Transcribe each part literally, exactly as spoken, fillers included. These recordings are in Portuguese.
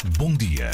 Bom dia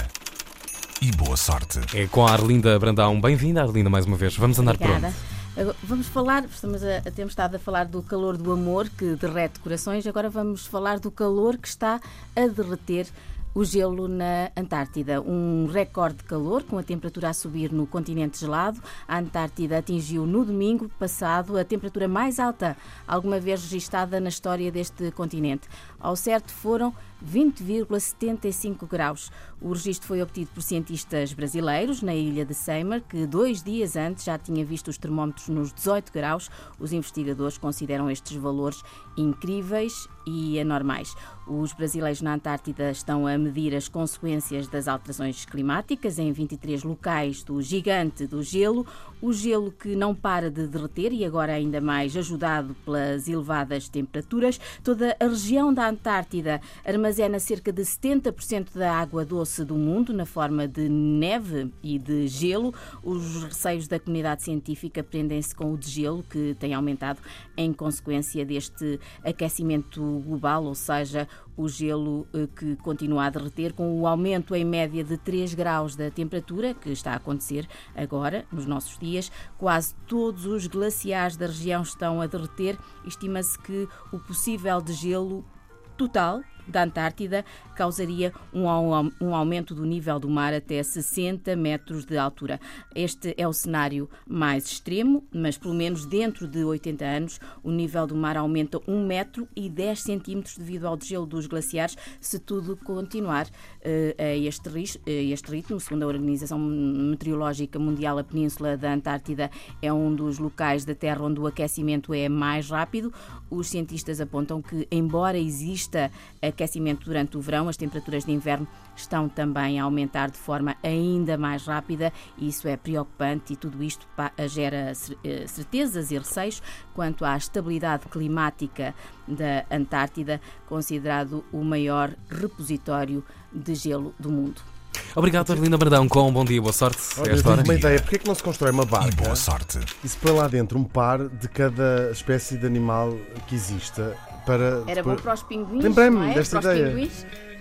e boa sorte. É com a Arlinda Brandão. Bem-vinda, Arlinda, mais uma vez. Vamos andar Obrigada. por onde? Vamos falar, estamos a, temos estado a falar do calor do amor que derrete corações, agora vamos falar do calor que está a derreter o gelo na Antártida. Um recorde de calor, com a temperatura a subir no continente gelado. A Antártida atingiu no domingo passado a temperatura mais alta alguma vez registada na história deste continente. Ao certo foram vinte vírgula setenta e cinco graus. O registro foi obtido por cientistas brasileiros na ilha de Seymour, que dois dias antes já tinha visto os termómetros nos dezoito graus. Os investigadores consideram estes valores incríveis e anormais. Os brasileiros na Antártida estão a medir as consequências das alterações climáticas em vinte e três locais do gigante do gelo. O gelo que não para de derreter e agora ainda mais ajudado pelas elevadas temperaturas. Toda a região da Antártida armazena cerca de setenta por cento da água doce do mundo na forma de neve e de gelo. Os receios da comunidade científica prendem-se com o degelo, que tem aumentado em consequência deste aquecimento global, ou seja, o gelo que continua a derreter, com o aumento em média de três graus da temperatura, que está a acontecer agora, nos nossos dias. Quase todos os glaciares da região estão a derreter. Estima-se que o possível degelo total da Antártida causaria um, um aumento do nível do mar até sessenta metros de altura. Este é o cenário mais extremo, mas pelo menos dentro de oitenta anos o nível do mar aumenta um metro e dez centímetros devido ao degelo dos glaciares, se tudo continuar uh, a, este, a este ritmo. Segundo a Organização Meteorológica Mundial, a Península da Antártida é um dos locais da Terra onde o aquecimento é mais rápido. Os cientistas apontam que, embora exista aquecimento durante o verão, as temperaturas de inverno estão também a aumentar de forma ainda mais rápida e isso é preocupante, e tudo isto gera certezas e receios quanto à estabilidade climática da Antártida, considerado o maior repositório de gelo do mundo. Obrigado, Arlinda Brandão, com um bom dia, boa sorte. Olha, eu tenho uma ideia. Porquê é que não se constrói uma barca E boa sorte. e se põe lá dentro um par de cada espécie de animal que exista? Para Era depois... bom para os pinguins, Lembrei-me não é? desta para ideia. Os pinguins.